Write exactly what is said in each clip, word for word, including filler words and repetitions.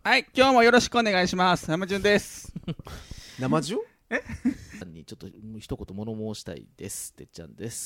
はい、今日もよろしくお願いします。生順です。 生順？ え？にちょっと一言物申したいです。てっちゃんです。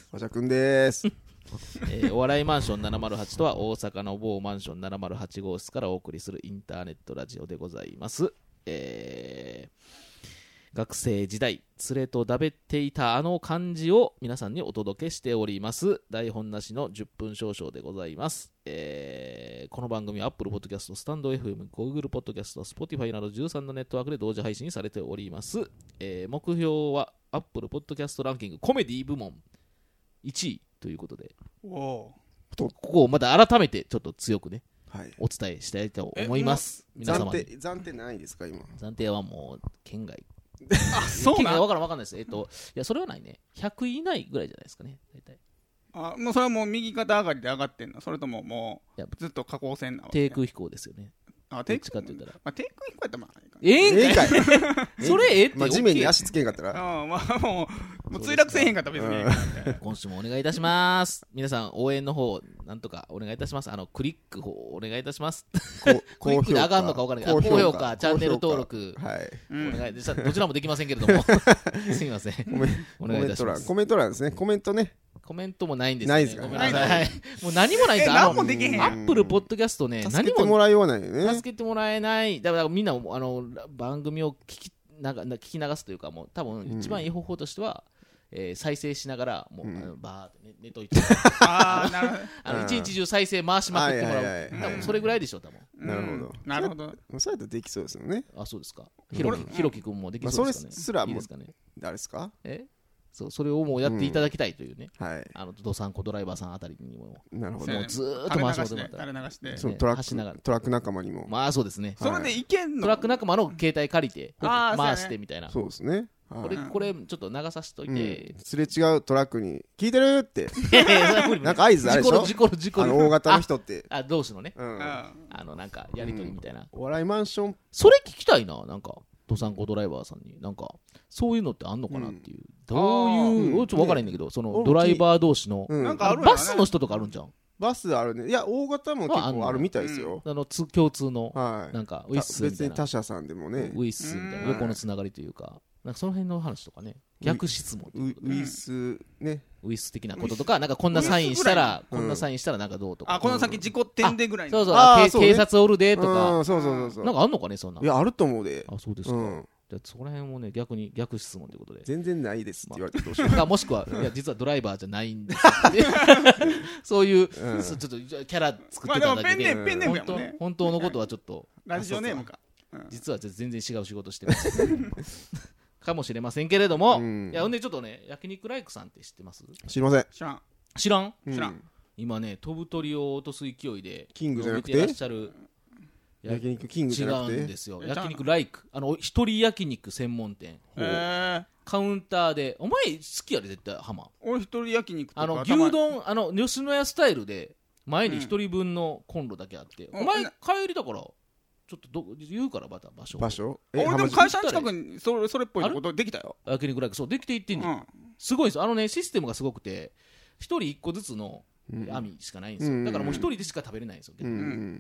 わしゃくんです。 えー、お笑いマンションななまるはちとは大阪の某マンションななまるはち号室からお送りするインターネットラジオでございます。えー、学生時代連れとだべっていたあの感じを皆さんにお届けしております。台本なしのじゅっぷん少々でございます。えー、この番組は Apple Podcast、スタンド エフエム、Google Podcast、Spotify などじゅうさんのネットワークで同時配信されております。えー、目標は Apple Podcast ランキングコメディ部門いちいということで、 おここをまた改めてちょっと強くね、はい、お伝えしたいと思います。皆様に暫定暫定ないですか今？ 暫定はもう県外。 あ、そうなん。 わからんわかんないです。えっといやそれはないね。ひゃくい以内ぐらいじゃないですかね。大体。 あ、もうそれはもう右肩上がりで上がってんの？それとももうずっと下降線なわけ？ 低空飛行ですよね。 あ、低空飛行って言ったら、 まあ、低空飛行やったらまあええんかい。それええって、 まあ、地面に足つけんかったら、 あ、まあ、もうもう墜落せえへんかったら別に、 うん、今週もお願いいたします。皆さん応援の方なんとかお願いいたします。あのクリック方お願いいたします。クリックで上がるのか分からないけど、高評価、チャンネル登録、はい、お願い。どちらもできませんけれどもすみません、お願いいたします。 コメント欄ですね。コメントね、 コメントもないんですね。 ないですか？ ごめんなさい。もう何もないんですよ。 何もできへん。 アップルポッドキャストね、 助けてもらいようないよね。 助けてもらえない。だからみんなあの番組を聞きなが聞き流すというか、もう多分一番いい方法としては、うん、えー、再生しながらもう、うん、あのバーって寝、寝といて、ああなるほど。あの一日中再生回しまくってもらう。はいはいはい、多分それぐらいでしょう多分。 なるほど。 なるほど。 そうやったらできそうですよね。 あ、そうですか。ひろきひろきくんもできそうですかね。 まあ、それすらもいいですかね。 誰ですか？ え？そう、それをもうやっていただきたいというね、 うん、はい、 あのドサンコドライバーさんあたりにも、 なるほど、 もうずーっと回しもらったら、 垂れ流して、 そのトラックトラック仲間にも、 まあそうですね、 それでいけんの？ トラック仲間の携帯借りて回してみたいな、 そうですね。 これこれちょっと流させといて、うん、 すれ違うトラックに聞いてるってなんか合図あるでしょ？ 事故る事故るあの大型の人って、 あ、同士のね、 うん、 あのなんかやりとりみたいな、うん、 お笑いマンション、 それ聞きたいな。なんかドサンコドライバーさんになんかそういうのってあんのかなっていう、うん、どういう、うん、ちょっと分からへんねんけど、そのドライバー同士の、うん、なんかある、ね、バスの人とかあるんじゃん。 バスあるね。いや大型も結構あるみたいですよ。 あ, あのつ共通の、 はい、 なんかウィッスみたいな、 別に他社さんでもね、 ウィッスみたいな横のつながりというか、なんかその辺の話とかね、逆質問、 ウィッスね、 ウィッス的なこととか、なんかこんなサインしたら、こんなサインしたらなんかどうとか、 あ、この先事故ってんでぐらいの、 そうそう、そうね、警察おるでとか、 うん、そうそうそう、 なんかあんのかね、そんな。 いやあると思うで。 あ、そうですか。うん、じゃあそこら辺もね、逆に逆質問ということで、 全然ないですって言われてどうしよう、 まあ、もしくは、いや実はドライバーじゃないんですよそういう、うん、ちょっとキャラ作ってただけで、 まあ、ペンネームやもんね、 本当のことはちょっとラジオネームか、 うん、実は全然違う仕事してますかもしれませんけれども、うん、いやほんでちょっとね、焼肉ライクさんって知ってます？ 知りません。 知らん知らん、 うん、知らん。 今ね、飛ぶ鳥を落とす勢いでキングじゃなくていらっしゃる焼肉キングじゃなくて、 違うんですよ。焼肉ライク、あの一人焼肉専門店、 へカウンターで。お前好きやで絶対ハマ。 俺一人焼肉とか、 あの牛丼、あの吉野家スタイルで前に一人分のコンロだけあって、うん、お前帰りだからちょっとど言うから、また場所場所俺でも会社の近くにそれ、それっぽいことできたよ。 焼肉ライク、そうできていってんねん、うん、すごいです。あのね、システムがすごくて、一人一個ずつの網しかないんですよ、うん、だからもう一人でしか食べれないんですよ、うん、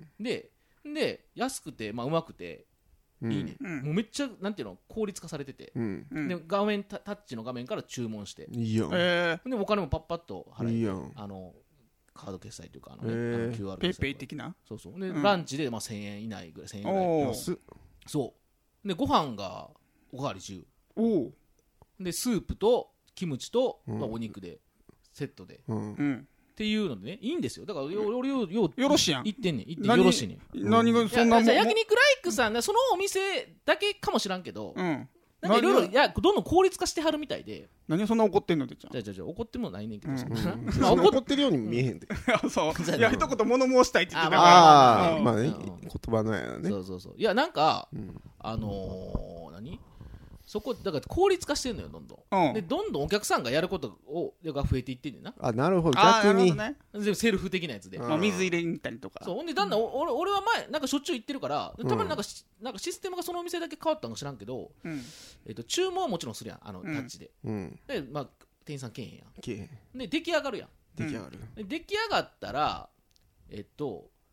で, で安くて、まあ、うまくていいね、うん、もうめっちゃなんていうの、効率化されてて、うん、で画面タッチの画面から注文して、 いいやん、 えー、でお金もパッパッと払えて、いいやん、あのカード決済というか、あの、ね、えー、あの キューアールペイペイ的な、 そうそうで、うん、ランチでまあせんえん以内ぐらい、せんえんぐらい安っ。そうでご飯がおかわり自由、おでスープとキムチと、うん、まあ、お肉でセットで、うん、っていうのでね、いいんですよ。だから俺よよよろしやん、 行ってんねん、行ってよろしいねん。 何がそんなもん、 焼肉ライクさん、そのお店だけかもしらんけど、うん、なんかいろいろ、いや、どんどん効率化してはるみたいで。 何そんな怒ってんのってちゃん。 じゃじゃじゃ怒ってもないねんけど、うん、 まあ、怒ってるようにも見えへんで。 そういや、一言物申したいって言ってたから。 ああ、まあね、言葉のやね。 そうそうそう。いや、なんか、うん、あのー、何そこだから効率化してるのよ、どんどん、うん、でどんどんお客さんがやることをが増えていってんねんな。 あ、なるほど、逆に、 ね、セルフ的なやつで、 まあ、水入れに行ったりとか。 そうほんでだんだん、うん、俺, 俺は前なんかしょっちゅう行ってるから、たまになんか、うん、なんかシステムがそのお店だけ変わったのか知らんけど、うん、えー、と注文はもちろんするやん、あのタッチで、うん、で、まあ、店員さんけえへんやん、けえへんで出来上がるやん、 出来上がる、 で出来上がったらえっと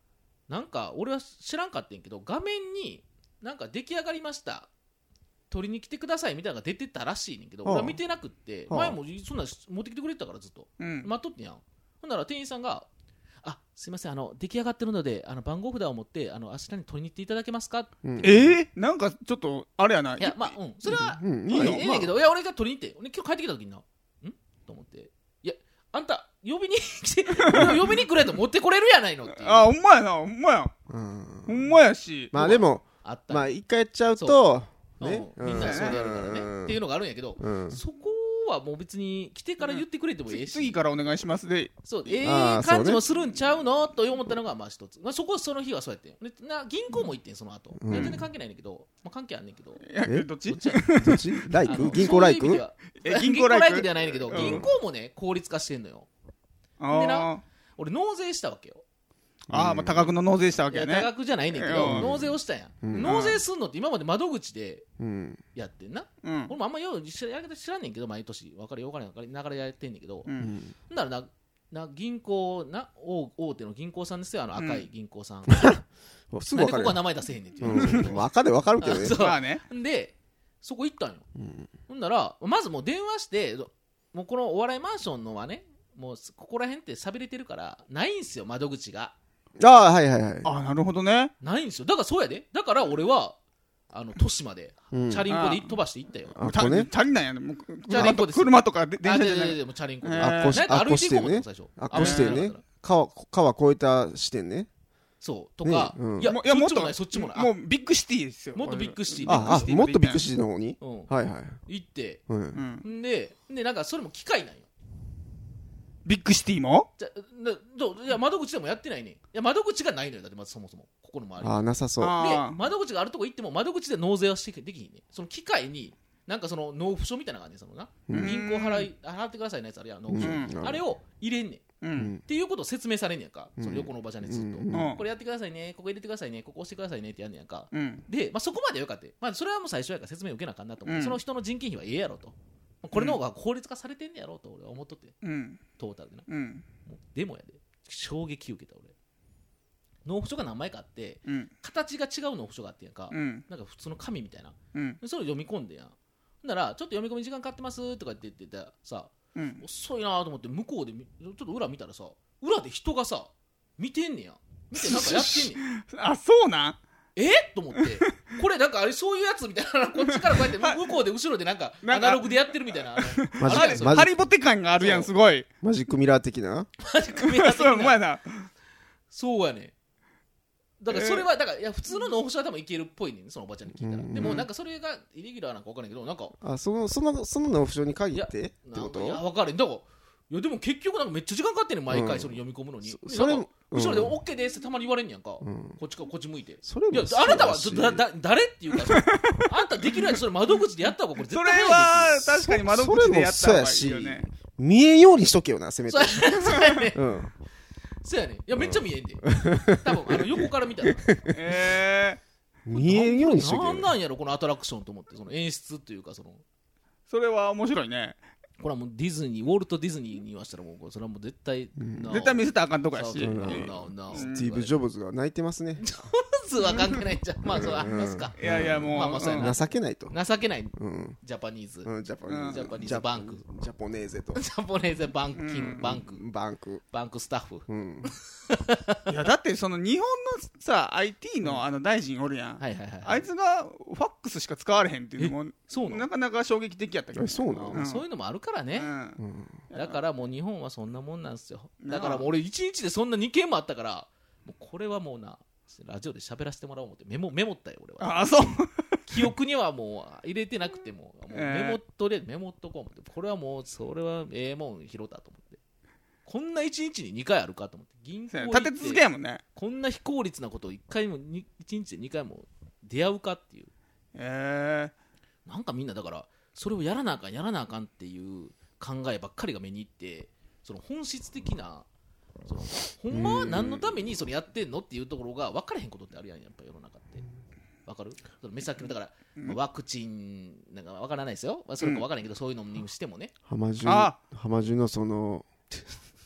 なんか俺は知らんかったんやけど、画面になんか出来上がりました取りに来てくださいみたいなのが出てたらしいねんけど、 はあ、 俺は見てなくって、はあ、前もそんな持ってきてくれてたからずっと、うん、待っとってんやん。ほんなら店員さんが、あ、すいません、あの出来上がってるのであの番号札を持ってあのあちらに取りに行っていただけますかって、うん、 えー、なんかちょっとあれやな。 いやまあうんそれは、 うん、 いいねん、まあ、けど、いや俺が取りに行って、俺今日帰ってきた時にな、んと思って、いやあんた呼びに来て呼びに来れと持ってこれるやないのっていう。 あ、ほんまやな、ほんまや、うん、ほんまやし、 まあでもあったまあ一回やっちゃうとね、 うん、みんなそうやるからね、うん、っていうのがあるんやけど、うん、そこはもう別に来てから言ってくれてもええし、 次からお願いしますで、 そうええー、感じもするんちゃうのと思ったのがまあ一つ、まあ、そこその日はそうやってんな、銀行も行ってんその後、うん、全然関係ないんだけど、まあ、関係あんねんけど、 えどっちどっちライク銀行ライク銀行ライクではないんだけど、うん、銀行もね効率化してんのよ。でな俺納税したわけよ。 ああ、まあ多額の納税したわけやね。 多額じゃないねんけど、うん、納税をしたんや、うん、納税すんのって今まで窓口でやってんな、うん、俺もあんまようやり方知らんねんけど、毎年分かるよ分かるながらやってんねんけど、うん、ならなな銀行な 大, 大手の銀行さんですよ、あの赤い銀行さん、 うん、すぐ分かる。なんでここは名前出せへんねんっていう、 うん、分かる分かるけどね。 まあね。 でそこ行ったんよ、うん、ほんならまずもう電話して、もうこのお笑いマンションのはね、もうここら辺って喋れてるからないんすよ窓口が。 ああはいはいはい。 あ、なるほどね。 ないんですよ。だからそうやで。だから俺はあの都市まで、うん、チャリンコで飛ばして行ったよ。 ああ、ね、チャリなんやね。もうチャリンコです。 車とか電車じゃない。 でもチャリンコで。 あっこし歩いていこうも最初。あっこしてね。川川越えた視点ね。 そうとか、 ねうん、いやいやもっとないそっちもない。もうビッグシティですよ。 もっとビッグシティ。 ああもっとビッグシティの方に。うん、はいはい。 行って、 うん、ででなんかそれも機械なんよ。 ビッグシティもじゃどういや窓口でもやってないね。いや窓口がないのよ。だってまずそもそもここの周り。 ああなさそう。 で窓口があるとこ行っても窓口で納税はしてできひんね。その機械になんかその納付書みたいな感じで、そのな銀行払い払ってくださいのやつあるやん、納付書、あれを入れんねん。うん、っていうことを説明されんねやんか、うん、その横のおばちゃんにずっと、うん、これやってくださいね、ここ入れてくださいね、ここ押してくださいねってやんねやんか、うん、で、まあ、そこまでよかった、まあ、それはもう最初やから説明受けなあかんなと思って、うん、その人の人件費はええやろと、これの方が効率化されてんねやろと俺は思っとって、うん、トータルでな、うん、もうでもやで衝撃受けた俺。納付書が何枚かあって、うん、形が違う納付書があってやんか、うん、なんか普通の紙みたいな、うん、それを読み込んでやん。ほんならちょっと読み込み時間かかってますとかって言ってたさ、うん、遅いなと思って向こうでちょっと裏見たらさ、裏で人がさ見てんねや、見てなんかやってんねんあ、そうなんえっと思って、これなんかあれそういうやつみたいな、こっちからこうやって向こうで後ろでなんかアナログでやってるみたいな、 マジハリボテ感があるやん、すごいマジックミラー的なマジックミラー的なそうやな、 そうやね。だからそれはだからいや普通の納付書は多分いけるっぽいねん、そのおばちゃんに聞いたら。でもなんかそれがイレギュラーなんか分からんけど、なんかあそのそのその納付書に限ってってこと？ いや分からん。だからいやでも結局なんかめっちゃ時間かかってんねん、毎回それ読み込むのに、うん、それ後ろで OK ですってたまに言われんねやんか、うん、こっちかこっち向いて、 それもいやあなたはだだ誰っていうかあんたできるやつそれ窓口でやった方がこれ絶対早いです。それは確かに窓口でやった方がいいよね。 見えんようにしとけよな、せめて。 そうやね、うん、そうやね。いやめっちゃ見えんで、多分あの横から見たらえー、見えんようにしとけよ。 なんなんやろこのアトラクションと思って、その演出っていうかそのそれは面白いね。 これはもうディズニー、ウォルト・ディズニーに言わしたらもうそれはもう絶対、 うん、絶対見せたらあかんとこやし、スティーブ・ジョブズが泣いてますね。 ジョブズは関係ないんじゃん。まあそうありますか。 いやいやもう、まあまあうん、情けないと。 情けない、うん、ジャパニーズ、 うん、ジャパニーズ、 ジャパニーズバンク、 ジャポネーゼと、 ジャポネーゼバンク、キン、うん、バンク、 バンク、 バンクスタッフ。うん、 いやだってその日本のさ アイティー のあの大臣おるやん。はいはいはい。あいつがファックスしか使われへんっていうのもそうなかなか衝撃的やったけど。 そうなの、 うん、そういうのもあるからね。うんだからもう日本はそんなもんなんですよ。だからもう俺いちにちでそんなにけんもあったから、もうこれはもうなラジオで喋らせてもらおう思ってメモメモったよ俺は。 ああそう記憶にはもう入れてなくても、もうメモっとれメモっとこう思って、これはもうそれはええもん拾ったと思って、こんないちにちににかいあるかと思って、銀行行って立て続けやもんね。 こんな非効率なことをいっかいもいちにちでにかいも出会うかっていう。 えー、なんかみんなだからそれをやらなあかんやらなあかんっていう考えばっかりが目にいって、その本質的なそのほんまは何のためにそれやってんのっていうところが分からへんことってあるやん、やっぱ世の中って分かる？その目先のだから、まあ、ワクチンなんか分からないですよ、まあ、それか分からないけど、うん、そういうのにしてもね、 浜中浜中のその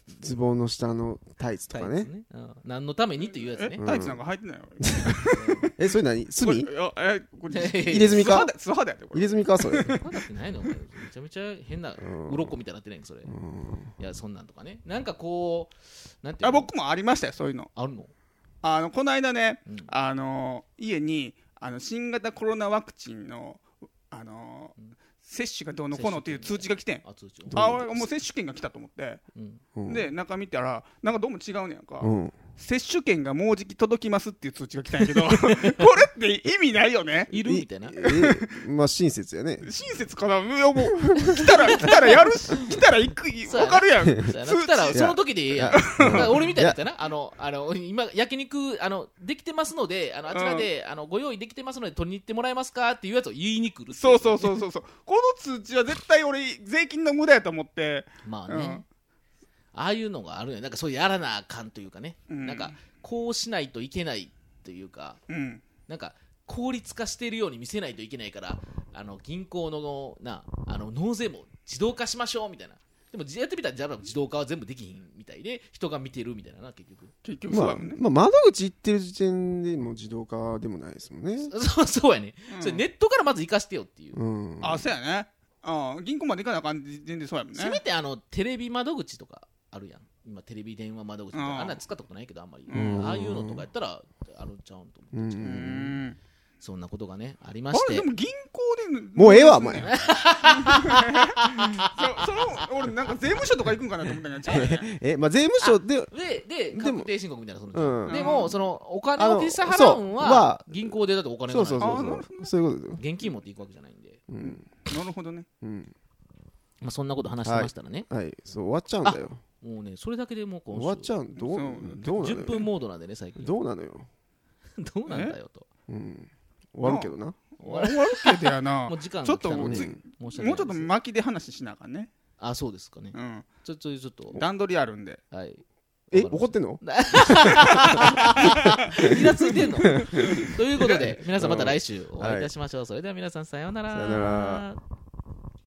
ズボンの下のタイツとかね。 ね、うん、何のためにっていうやつね。 タイツなんか入ってないよ。 え、それ何？墨？ え、これ入れ墨か？ 素肌やでこれ。 入れ墨かそれ。 素肌ってないの？めちゃめちゃ変な鱗みたいになってないのそれ。いやそんなんとかね。なんかこうなんていうの？ あ、僕もありましたよそういうの。 あるの？ あのこの間ね、うん、あの家にあの新型コロナワクチンのあの。うん接種がどうのこうのっていう通知が来てん。あ、通知あ、俺もう接種券が来たと思って、うん、で中見たらなんかどうも違うねやんか、うん、接種券がもうじき届きますっていう通知が来たんやけどこれって意味ないよね。 いるみたいな。 えまあ親切やね。 親切かな。いやもう来たら来たらやるし来たら行く分かるやん。 来たらその時でいいやん。俺みたいだったな。あのあの今焼肉あのできてますのであのあちらで、うん、あのご用意できてますので取りに行ってもらえますかっていうやつを言いに来る。 そうそうそうそうそう。この通知は絶対俺税金の無駄やと思って。 まあね、うん、ああいうのがあるよ。なんかそうやらなあかんというかね、うん、なんかこうしないといけないというか、うん、なんか効率化しているように見せないといけないからあの銀行のなあの納税も自動化しましょうみたいな。でもやってみたらじゃあ自動化は全部できひんみたいで人が見てるみたいなな結局。 結局そうだもんね。 まあ、まあ、窓口行ってる時点でもう自動化でもないですもんね。 そうそうやね、うん、それネットからまず生かしてよっていう、 うん、あそうやね。あ銀行まで行かなあかん全然そうやもんね。 せめてあのテレビ窓口とかあるやん。今テレビ電話窓口とかあんな使ったことないけどあんまり、うん、ああいうのとかやったらあるんちゃうんと思って、うん、そんなことがねありまして。 あれでも銀行でもうええわお前そその俺なんか税務署とか行くんかなと思ったんやけどえ、まあ、税務署ででで確定申告みたいなその、うん、でもそのお金を実際払うんは銀行でだってお金がない。 そうそうそうそうそういうこと現金持っていくわけじゃないんで、 うん、なるほどね、うんまあ、そんなこと話してましたらね、 はい、はい、そう終わっちゃうんだよ。 もうねそれだけでもう今週終わっちゃう。どうどうなのよ。 じゅっぷんモードなんでね最近。 どうなのよどうなんだよと、 うん、終わるけどな。 終わるけどやなもう時間ちょっともう、 ね、 もうちょっと巻きで話しなあかんね。 あそうですかね、うん、ちょっとちょっと段取りあるんで、 はい、 え怒ってんの気がついてんのということで皆さんまた来週お会いいたしましょう、はい、それでは皆さんさようなら。 さようなら。